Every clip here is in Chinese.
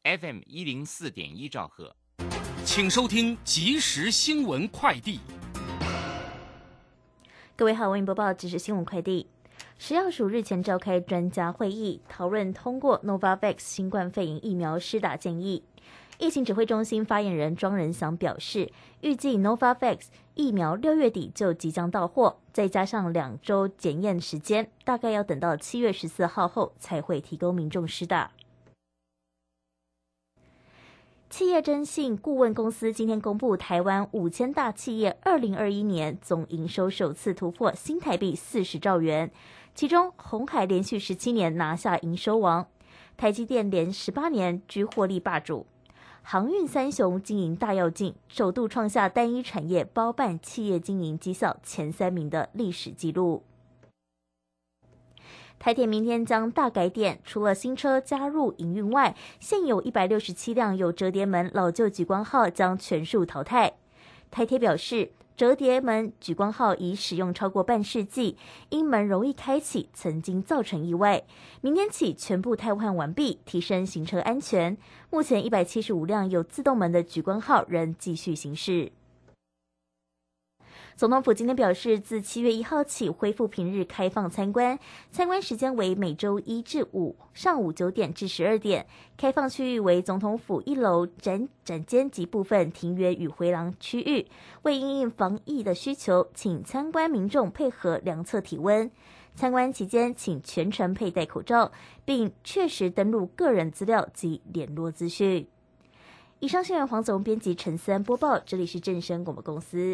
FM104.1兆赫。 请收听即时新闻快递。 各位好，为您播报即时新闻快递。食药署日前召开专家会议，讨论通过 Novavax 新冠肺炎疫苗施打建议。疫情指挥中心发言人庄仁祥表示，预计 Novavax 疫苗6月底就即将到货，再加上2周检验时间，大概要等到7月14号后才会提供民众施打。企业征信顾问公司今天公布，台湾5000大企业2021年总营收首次突破新台币40兆元，其中鸿海连续17年拿下营收王，台积电连18年居获利霸主，航运三雄经营大跃进，首度创下单一产业包办企业经营绩效前3名的历史纪录。台铁明天将大改点，除了新车加入营运外，现有167辆有折叠门老旧莒光号将全数淘汰。台铁表示，折叠门莒光号已使用超过半世纪，因门容易开启，曾经造成意外。明天起全部汰换完毕，提升行车安全。目前175辆有自动门的莒光号仍继续行驶。总统府今天表示，自7月1号起恢复平日开放参观，参观时间为每周1至5上午9点至12点，开放区域为总统府1楼展间及部分庭园与回廊区域。为因应防疫的需求，请参观民众配合量测体温。参观期间，请全程佩戴口罩，并确实登录个人资料及联络资讯。以上新闻黄总编辑陈思安播报，这里是正声广播公司。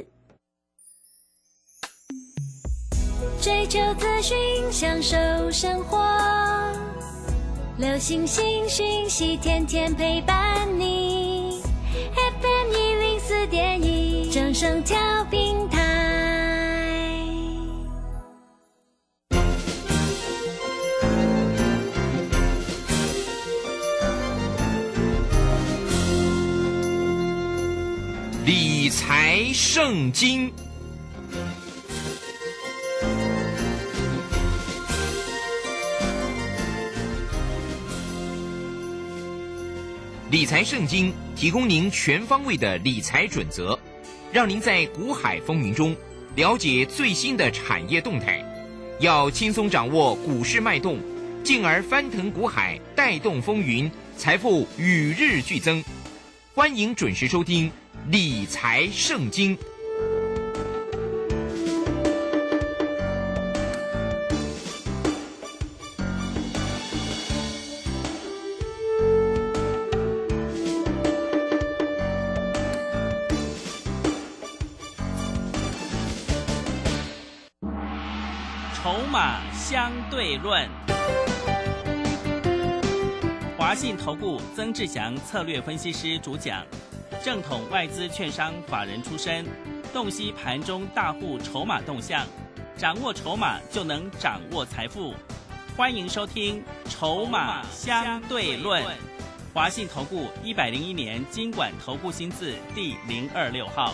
追求资讯，享受生活，流行新讯息，天天陪伴你。FM 104.1，正声调频台。 理财圣经。理财圣经提供您全方位的理财准则，让您在股海风云中了解最新的产业动态，要轻松掌握股市脉动，进而翻腾股海，带动风云，财富与日俱增。欢迎准时收听理财圣经。 筹码相对论，华信投顾曾志祥策略分析师主讲，正统外资券商法人出身，洞悉盘中大户筹码动向，掌握筹码就能掌握财富。欢迎收听筹码相对论，华信投顾101年金管投顾新字第026号。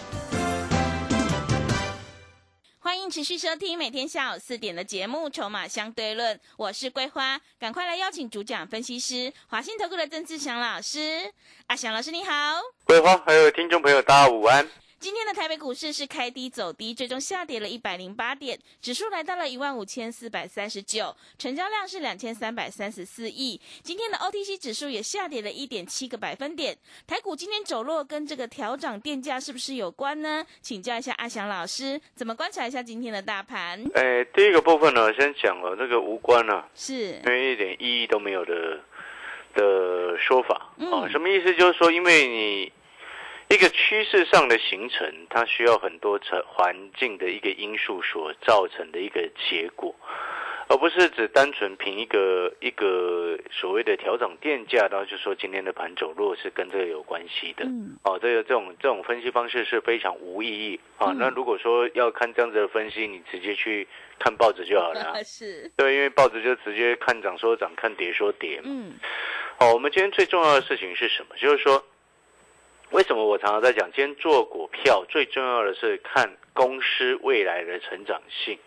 欢迎持续收听每天下午4点的节目《筹码相对论》，我是桂花，赶快来邀请主讲分析师华信投顾的曾志祥老师。阿祥老师你好。 桂花还有听众朋友大家午安。 今天的台北股市是开低走低，最终下跌了108点，指数来到了15439，成交量是2334亿。今天的 OTC 指数也下跌了1.7个百分点。台股今天走弱跟这个调涨电价是不是有关呢？请教一下阿翔老师，怎么观察一下今天的大盘？ 第一个部分呢，先讲了这个无关啊， 是因为一点意义都没有的说法什么意思？就是说，因为你一个趋势上的形成，它需要很多环境的一个因素所造成的一个结果，而不是只单纯凭一个所谓的调整电价，然后就说今天的盘走弱是跟这个有关系的。这种分析方式是非常无意义那如果说要看这样子的分析，你直接去看报纸就好了是， 对，因为报纸就直接看涨说涨，看跌说跌嘛。我们今天最重要的事情是什么？就是说，为什么我常常在讲，今天做股票最重要的是看公司未来的成长性。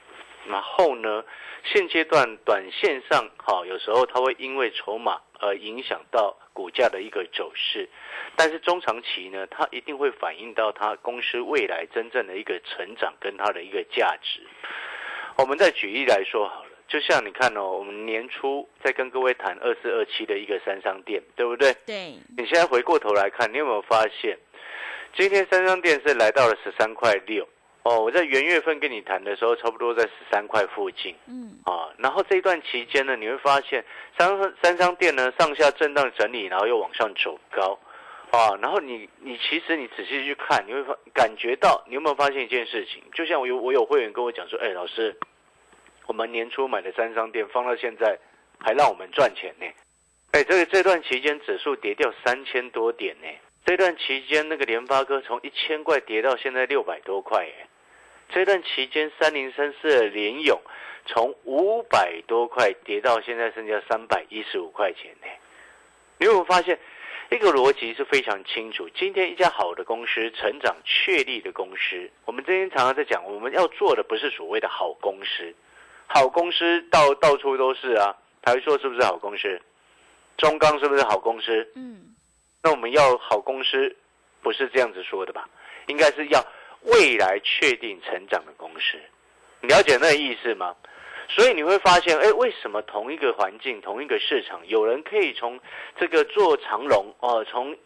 然后呢，现阶段短线上有时候它会因为筹码而影响到股价的一个走势，但是中长期呢，它一定会反映到它公司未来真正的一个成长跟它的一个价值。我们再举例来说好了，就像你看我们年初在跟各位谈2427的一个三商店，对不对？ 对。 你现在回过头来看，你有没有发现，今天三商店是来到了13.6块。我在元月份跟你谈的时候，差不多在13块附近。然后这一段期间呢，你会发现三商店呢上下震荡整理，然后又往上走高。然后你其实你仔细去看，你会感觉到，你有没有发现一件事情？就像我有会员跟我讲说，老师，我们年初买的三商店放到现在还让我们赚钱呢。这段期间指数跌掉3000多点呢。这段期间那个联发科从1000块跌到现在600多块耶。这段期间3034的联咏从500多块跌到现在剩下315块钱呢。你有没有发现一个逻辑是非常清楚？今天一家好的公司，成长确立的公司，我们今天常常在讲，我们要做的不是所谓的好公司，好公司到处都是啊。台硕是不是好公司？中钢是不是好公司？那我们要好公司，不是这样子说的吧？应该是要未来确定成长的公司，你了解那个意思吗？所以你会发现，为什么同一个环境、同一个市场，有人可以从这个做长荣从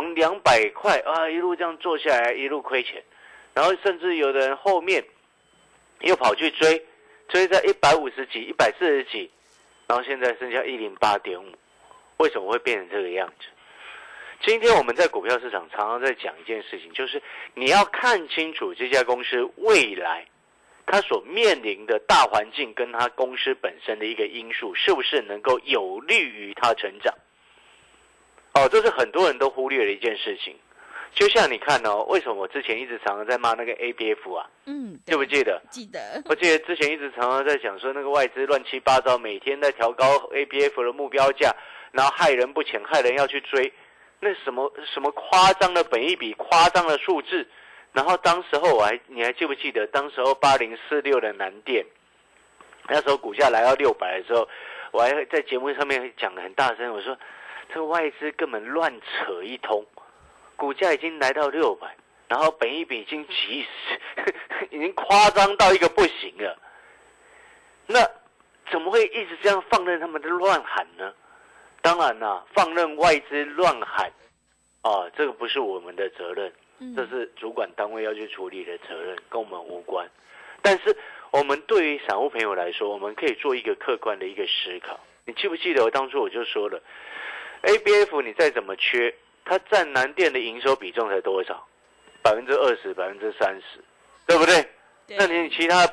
200块一路这样做下来，一路亏钱，然后甚至有的人后面又跑去追在150几、140几，然后现在剩下108.5，为什么会变成这个样子？今天我们在股票市场常常在讲一件事情，就是你要看清楚这家公司未来它所面临的大环境跟它公司本身的一个因素，是不是能够有利于它成长。这是很多人都忽略的一件事情。就像你看为什么我之前一直常常在骂那个 ABF 啊？记不记得？ 记得。 我记得之前一直常常在讲说，那个外资乱七八糟，每天在调高 ABF 的目标价，然后害人不浅，害人要去追。那什么夸张的本益比，夸张的数字，然后当时候你还记不记得，当时候8046的南电，那时候股价来到600的时候，我还在节目上面讲得很大声，我说这个外资根本乱扯一通，股价已经来到600，然后本益比已经已经夸张到一个不行了，那怎么会一直这样放任他们的乱喊呢？当然啦，放任外资乱喊这个不是我们的责任，这是主管单位要去处理的责任，跟我们无关。但是我们对于散户朋友来说，我们可以做一个客观的一个思考。你记不记得我当初我就说了， ABF 你再怎么缺，它占南电的营收比重才多少？20%、30%，对不对？那你其他的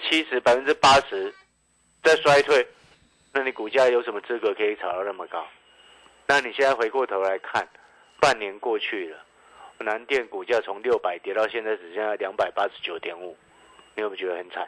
70%、80%在衰退，那你股价有什么资格可以炒到那么高？那你现在回过头来看，半年过去了，南电股价从600跌到现在只剩下289.5，你有没有觉得很惨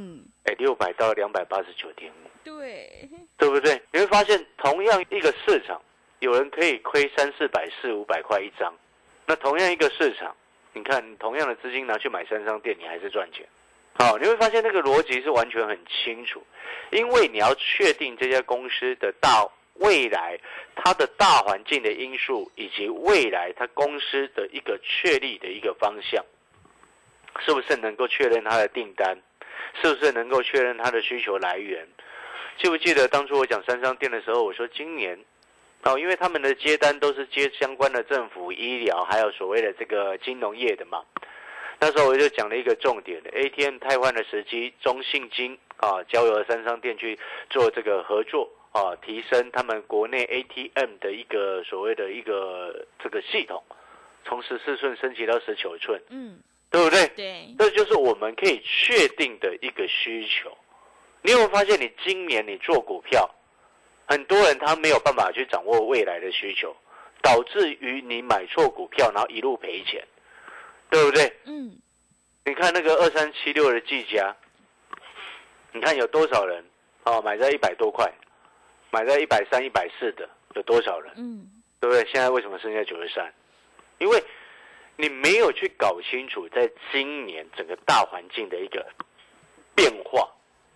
？600到289.5，对不对？你会发现同样一个市场，有人可以亏300、400、400-500块一张，那同样一个市场，你看你同样的资金拿去买三商店，你还是赚钱。你会发现那个逻辑是完全很清楚，因为你要确定这家公司的未来它的大环境的因素，以及未来它公司的一个确立的一个方向，是不是能够确认它的订单，是不是能够确认它的需求来源。记不记得当初我讲三商店的时候，我说今年因为他们的接单都是接相关的政府、医疗还有所谓的这个金融业的嘛，那时候我就讲了一个重点的 ATM 汰换的时机，中信金交由三商店去做这个合作提升他们国内 ATM 的一个所谓的一个这个系统，从14寸升级到19寸，对不对？ 对， 这就是我们可以确定的一个需求。你有没有发现，你今年你做股票，很多人他没有办法去掌握未来的需求，导致于你买错股票，然后一路赔钱。对不对？你看那个2376的技嘉，你看有多少人买在100多块，买在130、140的有多少人？对不对？现在为什么剩下93？因为你没有去搞清楚，在今年整个大环境的一个变化，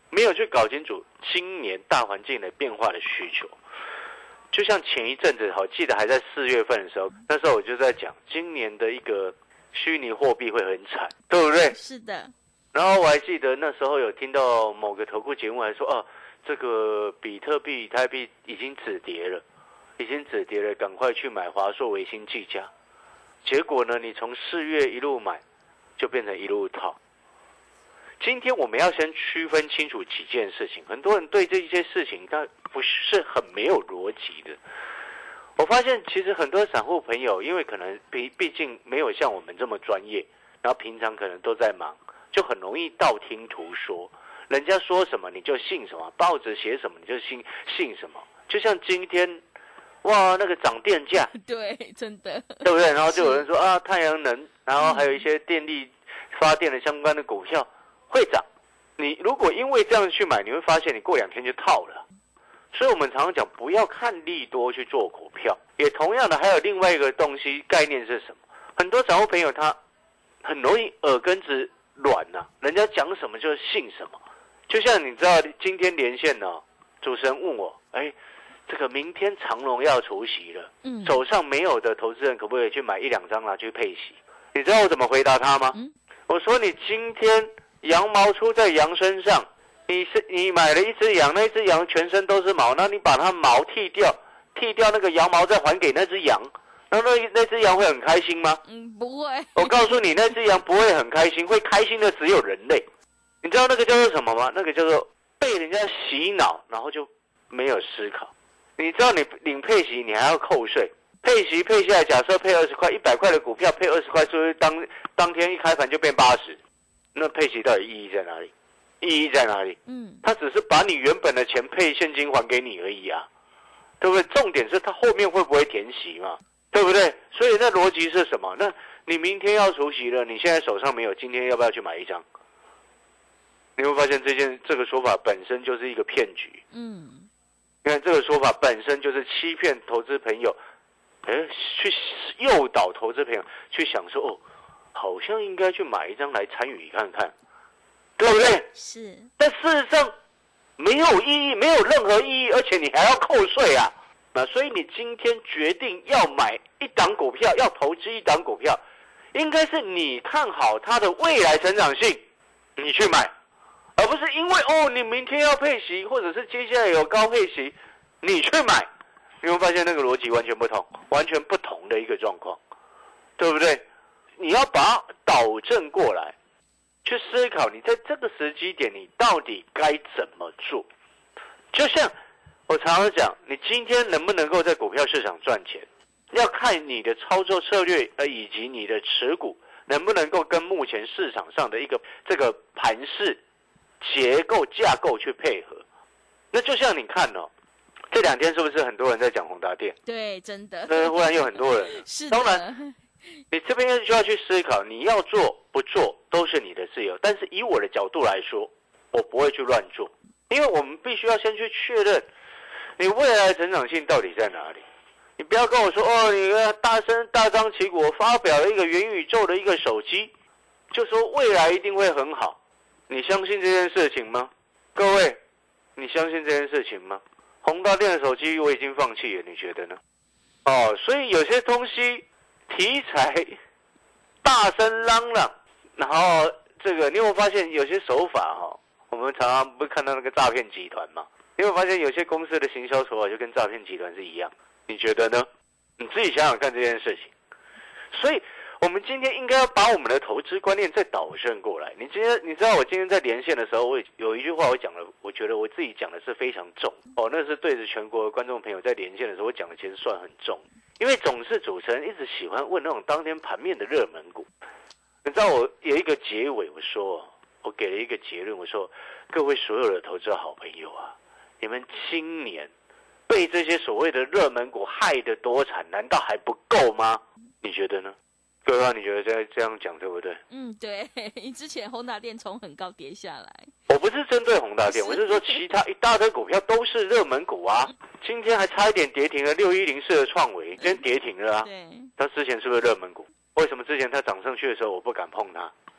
没有去搞清楚今年大环境的变化的需求。就像前一阵子，记得还在4月份的时候，那时候我就在讲，今年的一个虚拟货币会很惨，对不对？ 是的。 然后我还记得那时候有听到某个投顾节目还说，这个比特币、台币已经止跌了，赶快去买华硕、微星、技嘉。结果呢，你从4月一路买，就变成一路套。今天我们要先区分清楚几件事情，很多人对这些事情他不是很没有逻辑的。我发现其实很多散户朋友，因为可能毕竟没有像我们这么专业，然后平常可能都在忙，就很容易道听途说，人家说什么你就信什么，报纸写什么你就信什么。就像今天，哇，那个涨电价， 对，真的， 对不对？然后就有人说太阳能，然后还有一些电力发电的相关的股票会涨。你如果因为这样去买，你会发现你过2天就套了。所以我们常常讲，不要看利多去做股票。也同样的，还有另外一个东西概念是什么？很多散户朋友他很容易耳根子软啊，人家讲什么就信什么。就像你知道今天连线呢，主持人问我，这个明天长荣要除息了，手上没有的投资人可不可以去买1-2张拿去配息？你知道我怎么回答他吗？我说你今天羊毛出在羊身上，你买了一只羊，那一只羊全身都是毛，那你把它毛剃掉那个羊毛再还给那只羊，那只羊会很开心吗？ 不会。 我告诉你，那只羊不会很开心，会开心的只有人类。你知道那个叫做什么吗？那个叫做被人家洗脑，然后就没有思考。你知道你领配息，你还要扣税，配息配下来，假设配20块，100块的股票配20块，所以当天一开盘就变80，那配息到底意义在哪里？它只是把你原本的钱配现金还给你而已啊，对不对？重点是它后面会不会填息嘛，对不对？所以那逻辑是什么？那你明天要除息了，你现在手上没有，今天要不要去买一张？你会发现这个说法本身就是一个骗局。你看这个说法本身就是欺骗投资朋友，去诱导投资朋友去想说，好像应该去买一张来参与看看，对不对？ 是。 但事实上没有意义，没有任何意义，而且你还要扣税啊。所以你今天决定要买一档股票，要投资一档股票，应该是你看好它的未来成长性，你去买。而不是因为你明天要配息，或者是接下来有高配息，你去买，你会发现那个逻辑完全不同，完全不同的一个状况，对不对？你要把它导正过来，去思考你在这个时机点你到底该怎么做。就像我常常讲，你今天能不能够在股票市场赚钱，要看你的操作策略以及你的持股能不能够跟目前市场上的一个这个盘势结构架构去配合。那就像你看这2天是不是很多人在讲宏达电？ 对，真的。 那忽然有很多人是的。 当然你这边就要去思考，你要做不做都是你的自由，但是以我的角度来说，我不会去乱做，因为我们必须要先去确认你未来的成长性到底在哪里。你不要跟我说你大张旗鼓发表了一个元宇宙的一个手机，就说未来一定会很好。你相信这件事情吗？各位，你相信这件事情吗？宏达电的手机我已经放弃了，你觉得呢？所以有些东西题材大声嚷嚷，然后这个你有没有发现有些手法我们常常不是看到那个诈骗集团吗？你有没有发现有些公司的行销手法就跟诈骗集团是一样？你觉得呢？你自己想想看这件事情。所以我们今天应该要把我们的投资观念再导正过来。你知道我今天在连线的时候，我有一句话我讲了，我觉得我自己讲的是非常重那是对着全国的观众朋友在连线的时候，我讲的其实算很重。因为总是主持人一直喜欢问那种当天盘面的热门股。你知道我有一个结尾，我给了一个结论，我说各位所有的投资好朋友啊，你们今年被这些所谓的热门股害得多惨，难道还不够吗？你觉得呢？各位，你觉得这样讲对不对？ 对。之前宏达电从很高跌下来， 我不是针对宏达电，我是说其他一大堆股票都是热门股啊。今天还差一点跌停了，6104的创惟今天跌停了啊。 对。 它之前是不是热门股？为什么之前它涨上去的时候我不敢碰它？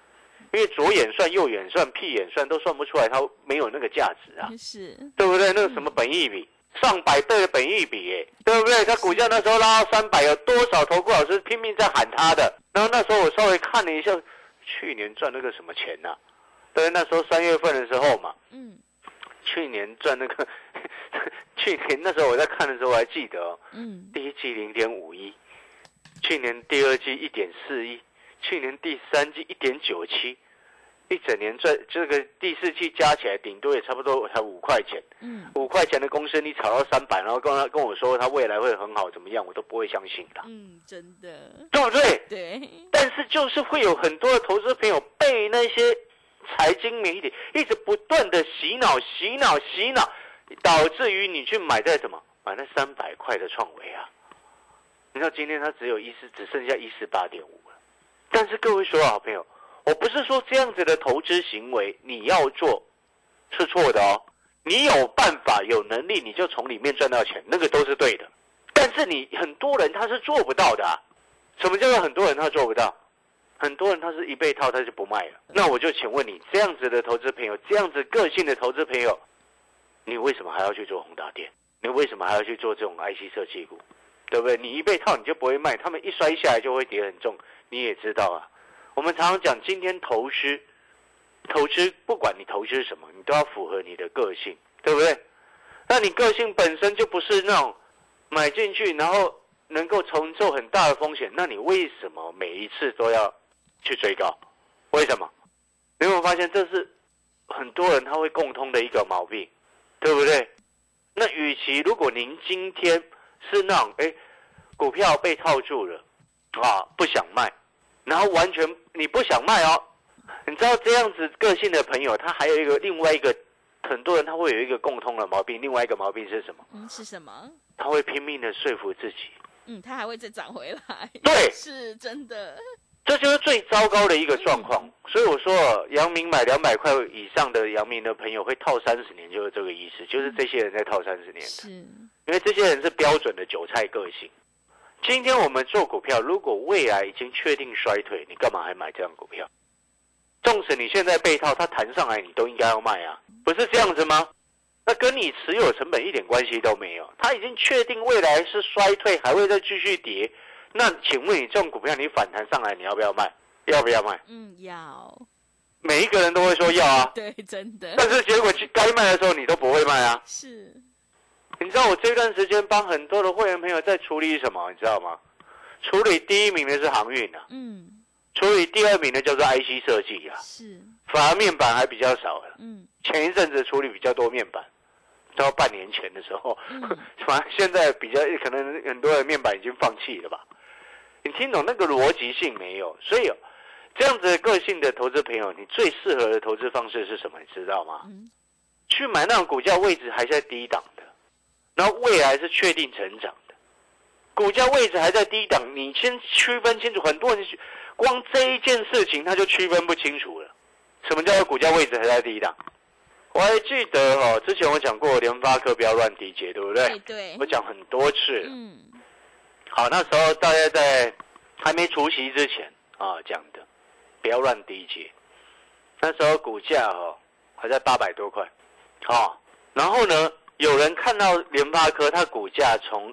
因为左眼算、右眼算、屁眼算都算不出来，它没有那个价值啊， 是， 对不对？那个什么本益比，上百倍的本益比，对不对？它股价那时候拉到300，有多少投顾老师拼命在喊它的？然后那时候我稍微看了一下，去年赚那个什么钱啊？对，那时候3月份的时候嘛，去年赚那个，去年那时候我在看的时候我还记得哦，第一季0.51，去年第二季1.41，去年第三季1.97，一整年赚这个第四季加起来顶多也差不多才5块钱，5块钱的公司你炒到300，然后跟我说它未来会很好怎么样，我都不会相信的， 真的， 对不对？ 对， 但是就是会有很多的投资朋友被那些财经媒体一直不断的洗脑，导致于你去买在什么？买那300块的创维啊！你知道今天它只剩下148.5了。但是各位所有好朋友，我不是说这样子的投资行为你要做是错的哦。你有办法有能力，你就从里面赚到钱，那个都是对的。但是你很多人他是做不到的啊。什么叫做很多人他做不到？很多人他是一被套他就不卖了。那我就请问你，这样子的投资朋友，这样子个性的投资朋友，你为什么还要去做宏达电？你为什么还要去做这种 IC 设计股？对不对？你一被套你就不会卖，他们一摔下来就会跌很重，你也知道啊。我们常常讲，今天投资不管你投资什么，你都要符合你的个性，对不对？那你个性本身就不是那种买进去然后能够承受很大的风险，那你为什么每一次都要去追高？为什么？你有没有发现这是很多人他会共通的一个毛病，对不对？那与其如果您今天是那种股票被套住了啊，不想卖，然后完全你不想卖哦，你知道这样子个性的朋友，他还有另外一个，很多人他会有一个共通的毛病，另外一个毛病是什么？ 是什么？ 他会拼命的说服自己， 他还会再涨回来。 对， 是真的。 这就是最糟糕的一个状况。所以我说，阳明买200块以上的阳明的朋友会套30年，就是这个意思，就是这些人在套30年的。 是， 因为这些人是标准的韭菜个性。今天我们做股票，如果未来已经确定衰退，你干嘛还买这样股票？纵使你现在被套，它弹上来你都应该要卖啊，不是这样子吗？那跟你持有成本一点关系都没有。它已经确定未来是衰退，还会再继续跌。那请问你这种股票，你反弹上来，你要不要卖？要不要卖？ 要。 每一个人都会说要啊。 对，真的。 但是结果该卖的时候，你都不会卖啊。 是。 你知道我这段时间帮很多的会员朋友在处理什么？你知道吗？处理第一名的是航运啊，处理第二名的叫做 IC 设计啊， 是， 反而面板还比较少了。前一阵子处理比较多面板，到半年前的时候，反正现在比较可能很多人面板已经放弃了吧？你听懂那个逻辑性没有？所以这样子的个性的投资朋友，你最适合的投资方式是什么？你知道吗？去买那种股价位置还在低档的，然后未来是确定成长的，股价位置还在低档，你先区分清楚。很多人光这一件事情他就区分不清楚了。什么叫做股价位置还在低档？我还记得之前我讲过联发科不要乱低接，对不对？ 对， 我讲很多次了。好，那时候大概在还没除息之前讲的，不要乱低接。那时候股价还在800多块，然后呢，有人看到联发科它股价从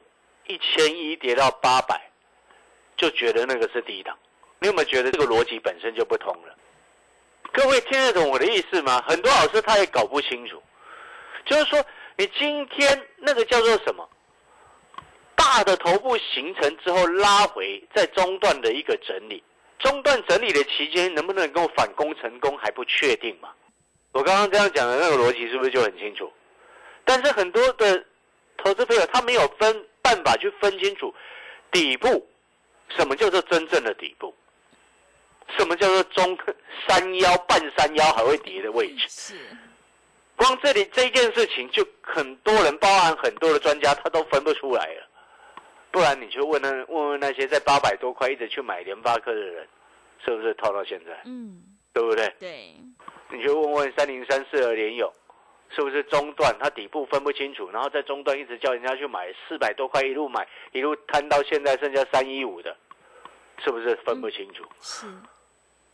1100跌到800，就觉得那个是低档。你有没有觉得这个逻辑本身就不同了？各位听得懂我的意思吗？很多老师他也搞不清楚，就是说你今天那个叫做什么？大的头部形成之后拉回，在中段的一个整理，中段整理的期间能不能够反攻成功还不确定嘛？我刚刚这样讲的那个逻辑是不是就很清楚？但是很多的投资朋友他没有办法去分清楚底部，什么叫做真正的底部，什么叫做中山腰、半山腰还会跌的位置。 是， 光这里这件事情就很多人，包含很多的专家，他都分不出来了。不然你去问问那些在800多块一直去买联发科的人，是不是套到现在？对不对？ 对。 你去问问3034的联友，是不是中段它底部分不清楚，然后在中段一直叫人家去买400多块，一路买一路摊到现在剩下315的，是不是分不清楚？ 是。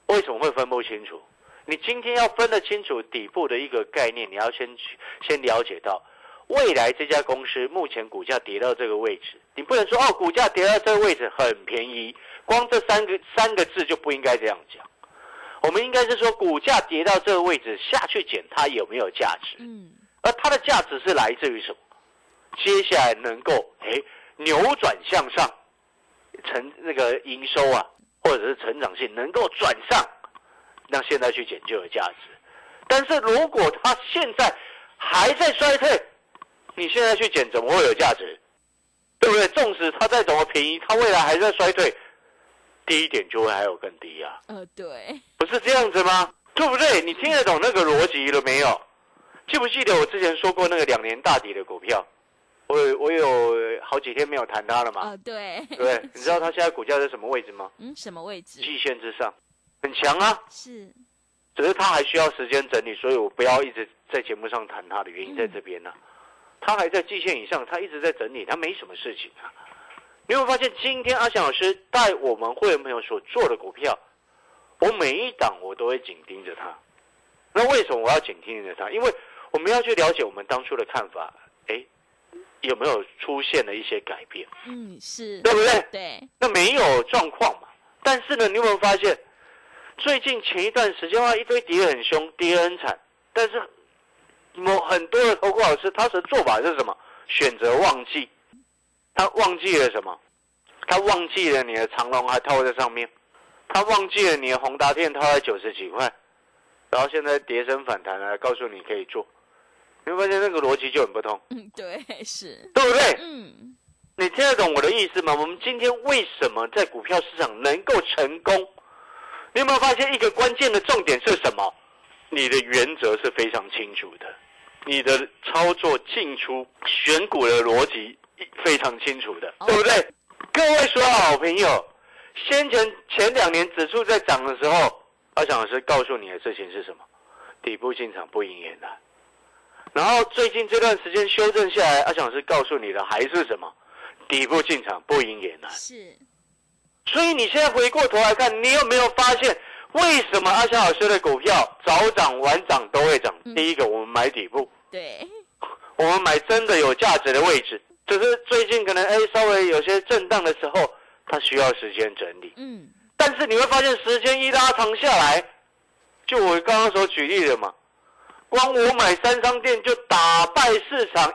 为什么会分不清楚？你今天要分得清楚底部的一个概念，你要先了解到未来这家公司目前股价跌到这个位置，你不能说哦，股价跌到这个位置很便宜，光这三个字就不应该这样讲。我们应该是说股价跌到这个位置下去捡它有没有价值，而它的价值是来自于什么？接下来能够扭转向上，那个营收啊，或者是成长性能够转上，那现在去捡就有价值。但是如果它现在还在衰退，你现在去捡怎么会有价值？对不对？纵使它再怎么便宜，它未来还在衰退，低一点就会还有更低啊。 对， 不是这样子吗？对不对？你听得懂那个逻辑了没有？记不记得我之前说过那个2年大底的股票？我有好几天没有谈它了嘛。 对。 对，你知道它现在股价在什么位置吗？ 什么位置？ 季线之上，很强啊。 是。 只是它还需要时间整理，所以我不要一直在节目上谈它的原因在这边呢。它还在季线以上，它一直在整理，它没什么事情啊。你会发现今天阿翔老师带我们会员朋友所做的股票，我每一档我都会紧盯着它。那为什么我要紧盯着它？因为我们要去了解我们当初的看法，有没有出现了一些改变？ 是， 对不对？ 对。 那没有状况嘛。但是呢，你有没有发现，最近前一段时间一堆跌很凶，跌很惨，但是很多的投顾老师他的做法是什么？选择忘记。他忘记了什么？他忘记了你的长荣还套在上面，他忘记了你的宏达电套在90几块，然后现在跌升反弹了，告诉你可以做。你会发现那个逻辑就很不同。 对，是， 对不对？你听得懂我的意思吗？我们今天为什么在股票市场能够成功？你有没有发现一个关键的重点是什么？你的原则是非常清楚的，你的操作进出选股的逻辑非常清楚的，对不对？各位所有好朋友，前2年指数在涨的时候，阿翔老师告诉你的事情是什么？底部进场不赢也难。然后最近这段时间修正下来，阿翔老师告诉你的还是什么？底部进场不赢也难。 是。 所以你现在回过头来看，你有没有发现为什么阿翔老师的股票早涨晚涨都会涨？第一个，我们买底部， 对， 我们买真的有价值的位置。只是最近可能稍微有些震荡的时候，它需要时间整理。但是你会发现时间一拉长下来，就我刚刚所举例的嘛，光我买3商店就打败市场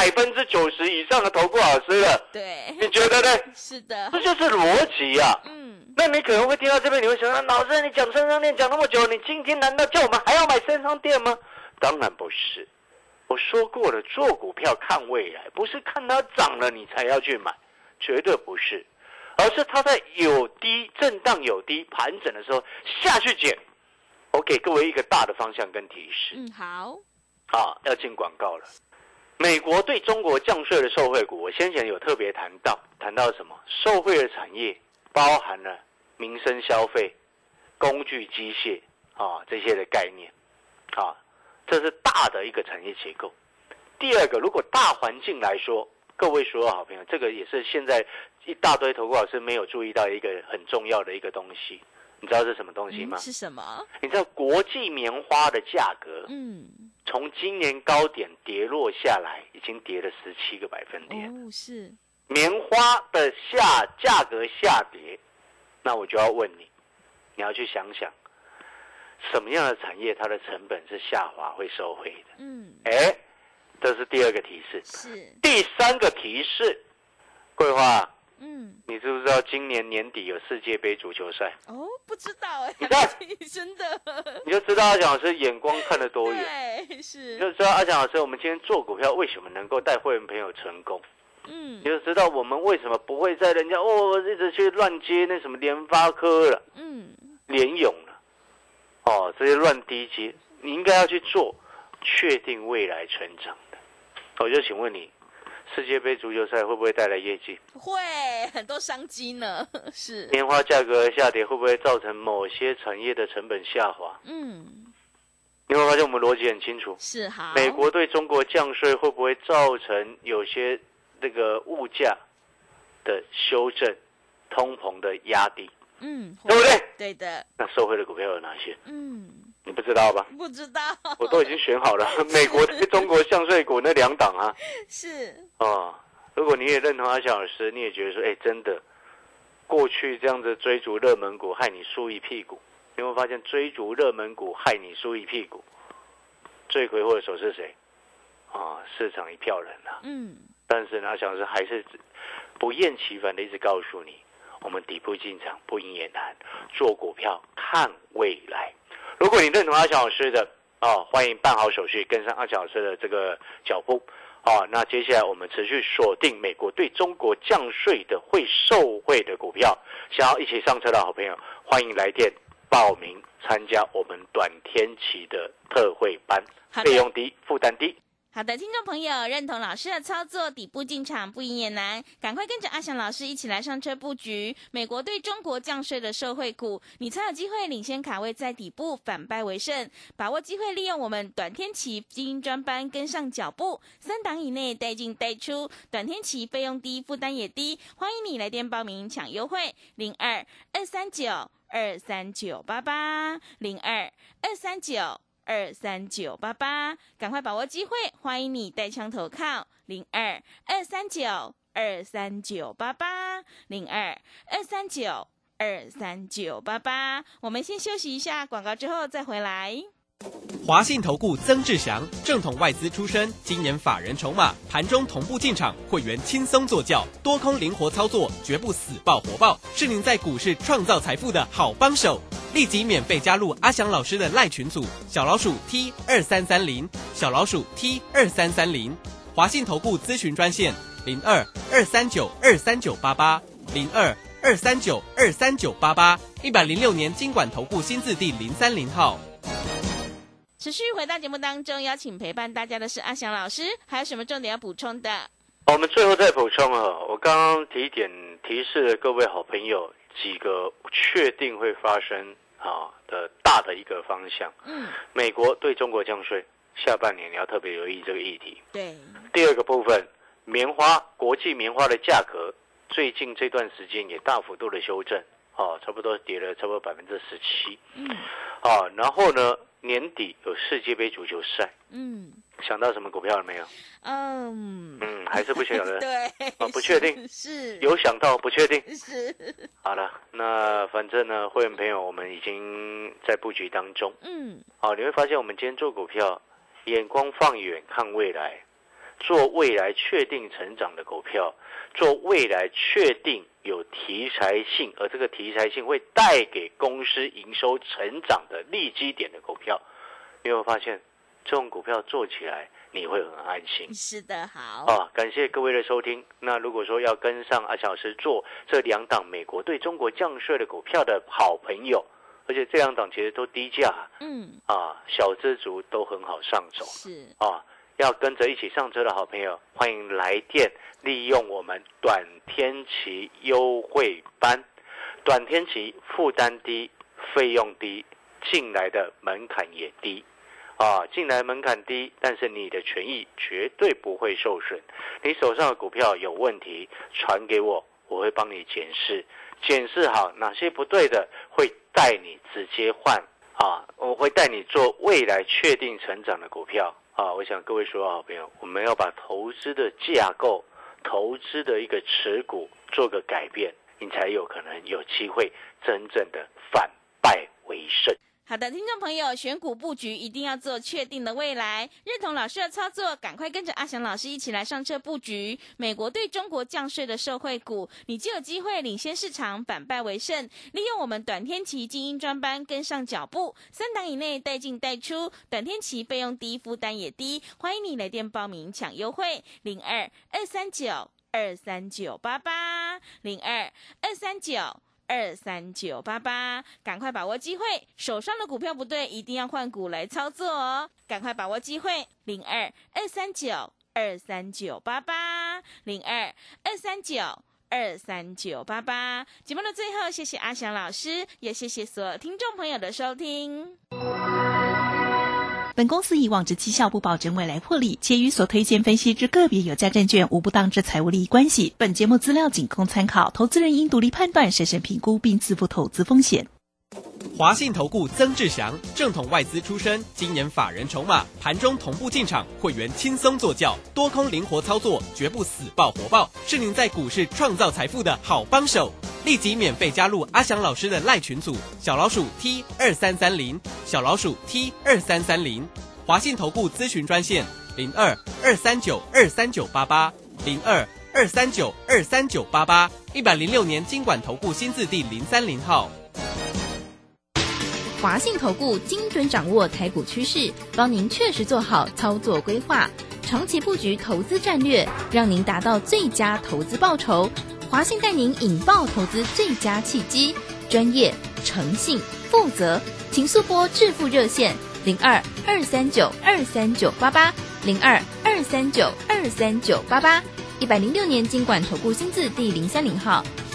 90%以上的投顾老师了。 对， 你觉得呢？ 是的， 这就是逻辑啊。那你可能会听到这边，你会想，老师你讲3商店讲那么久，你今天难道叫我们还要买3商店吗？当然不是。我说过了，做股票看未来，不是看它涨了你才要去买，绝对不是，而是它在有低震荡有低盘整的时候下去捡。我给各位一个大的方向跟提示。 好。 要进广告了。美国对中国降税的受惠股，我先前有特别谈到什么？受惠的产业包含了民生消费、工具机械这些的概念这是大的一个产业结构。第二个，如果大环境来说，各位所有好朋友，这个也是现在一大堆投顾老师没有注意到一个很重要的一个东西，你知道是什么东西吗？ 是什么？ 你知道国际棉花的价格，从今年高点跌落下来，已经跌了17个百分点。 是棉花的价格下跌，那我就要问你，你要去想想。什么样的产业它的成本是下滑会受惠的？这是第二个提示。 是第三个提示，桂花，你知不知道今年年底有世界杯足球赛？ 不知道你看， 真的， 你就知道阿翔老师眼光看得多远。 对，是， 你就知道阿翔老师我们今天做股票为什么能够带会员朋友成功。你就知道我们为什么不会在人家一直去乱接那什么联发科了，联咏了。这些乱低接，你应该要去做确定未来成长的。我就请问你，世界杯足球赛会不会带来业绩？ 会，很多商机呢。是。 棉花价格下跌会不会造成某些产业的成本下滑？你会发现我们逻辑很清楚。 是。好。 美国对中国降税会不会造成有些这个物价的修正、通膨的压低？对不对？ 对的。 那受惠的股票有哪些？你不知道吧？ 不知道。 我都已经选好了，美国对中国降税股那2档啊。 是。 如果你也认同阿翔老师，你也觉得说，真的，过去这样子追逐热门股害你输一屁股，你会发现追逐热门股害你输一屁股，罪魁祸首是谁？市场一票人啊。但是呢，阿翔老师还是不厌其烦的一直告诉你，我们底部进场不赢也难，做股票看未来。如果你认同阿翔老师的欢迎办好手续，跟上阿翔老师的这个脚步。那接下来我们持续锁定美国对中国降税的会受惠的股票，想要一起上车的好朋友，欢迎来电报名参加我们短天期的特惠班，费用低，负担低。 好的，听众朋友，认同老师的操作，底部进场不赢也难，赶快跟着阿翔老师一起来上车布局美国对中国降税的受惠股，你才有机会领先卡位在底部，反败为胜。把握机会，利用我们短天期精英专班跟上脚步，3档以内带进带出，短天期费用低，负担也低。欢迎你来电报名抢优惠，02-239-2398，02-239-2388，赶快把握机会，欢迎你带枪投靠，02-239-2398，02-239-2388。我们先休息一下广告，之后再回来。 华信投顾曾志祥，正统外资出身，今年法人筹码，盘中同步进场，会员轻松做教，多空灵活操作，绝不死抱活抱，是您在股市创造财富的好帮手。立即免费加入阿翔老师的赖群组，小老鼠 T2330，小老鼠 T2330，华信投顾咨询专线02-239-23988，02-239-23988，106年金管投顾新字第030号。 持续回到节目当中，邀请陪伴大家的是阿翔老师，还有什么重点要补充的？ 我们最后再补充我刚刚提示了各位好朋友几个确定会发生的大的一个方向。美国对中国降税，下半年你要特别留意这个议题。 对。第二个部分，棉花，国际棉花的价格最近这段时间也大幅度的修正，差不多跌了差不多17%。然后呢，年底有世界杯足球赛。想到什么股票了没有？还是不晓得。 对。 不确定。 是。 有想到，不确定。 是。 好了，那反正呢，会员朋友我们已经在布局当中。你会发现我们今天做股票，眼光放远看未来，做未来确定成长的股票，做未来确定有题材性，而这个题材性会带给公司营收成长的利基点的股票，你会发现这种股票做起来你会很安心。 是的，好。 感谢各位的收听。那如果说要跟上阿翔老师做这2档美国对中国降税的股票的好朋友，而且这2档其实都低价，小资族都很好上手。 是要跟着一起上车的好朋友，欢迎来电，利用我们短天期优惠班。短天期负担低，费用低，进来的门槛也低。进来门槛低，但是你的权益绝对不会受损。你手上的股票有问题，传给我，我会帮你检视好哪些不对的，会带你直接换我会带你做未来确定成长的股票我想各位所有好朋友，我们要把投资的架构、投资的一个持股做个改变，你才有可能有机会真正的反败为胜。 好的，听众朋友，选股布局一定要做确定的未来，认同老师的操作，赶快跟着阿翔老师一起来上车布局美国对中国降税的受惠股，你就有机会领先市场，反败为胜。利用我们短天期精英专班跟上脚步，3档以内带进带出，短天期费用低，负担也低。欢迎你来电报名抢优惠，02-239-23988，02-239-23988，赶快把握机会，手上的股票不对，一定要换股来操作哦！赶快把握机会，02-239-23988，02-239-23988。节目的最后，谢谢阿翔老师，也谢谢所有听众朋友的收听。 本公司以往之绩效不保证未来获利，且与所推荐分析之个别有价证券无不当之财务利益关系。本节目资料仅供参考，投资人应独立判断、审慎评估并自负投资风险。 华信投顾曾志祥，正统外资出身，今年法人筹码，盘中同步进场，会员轻松做教，多空灵活操作，绝不死抱活抱，是您在股市创造财富的好帮手。立即免费加入阿翔老师的赖群组，小老鼠 T2330，小老鼠 T2330，华信投顾咨询专线02-239-23988，02-239-23988，106年金管投顾新字第030号。 华信投顾精准掌握台股趋势，帮您确实做好操作规划，长期布局投资战略，让您达到最佳投资报酬。华信带您引爆投资最佳契机，专业、诚信、负责，请速拨致富热线02-239-23988，02-239-23988，106年金管投顾新字第030号。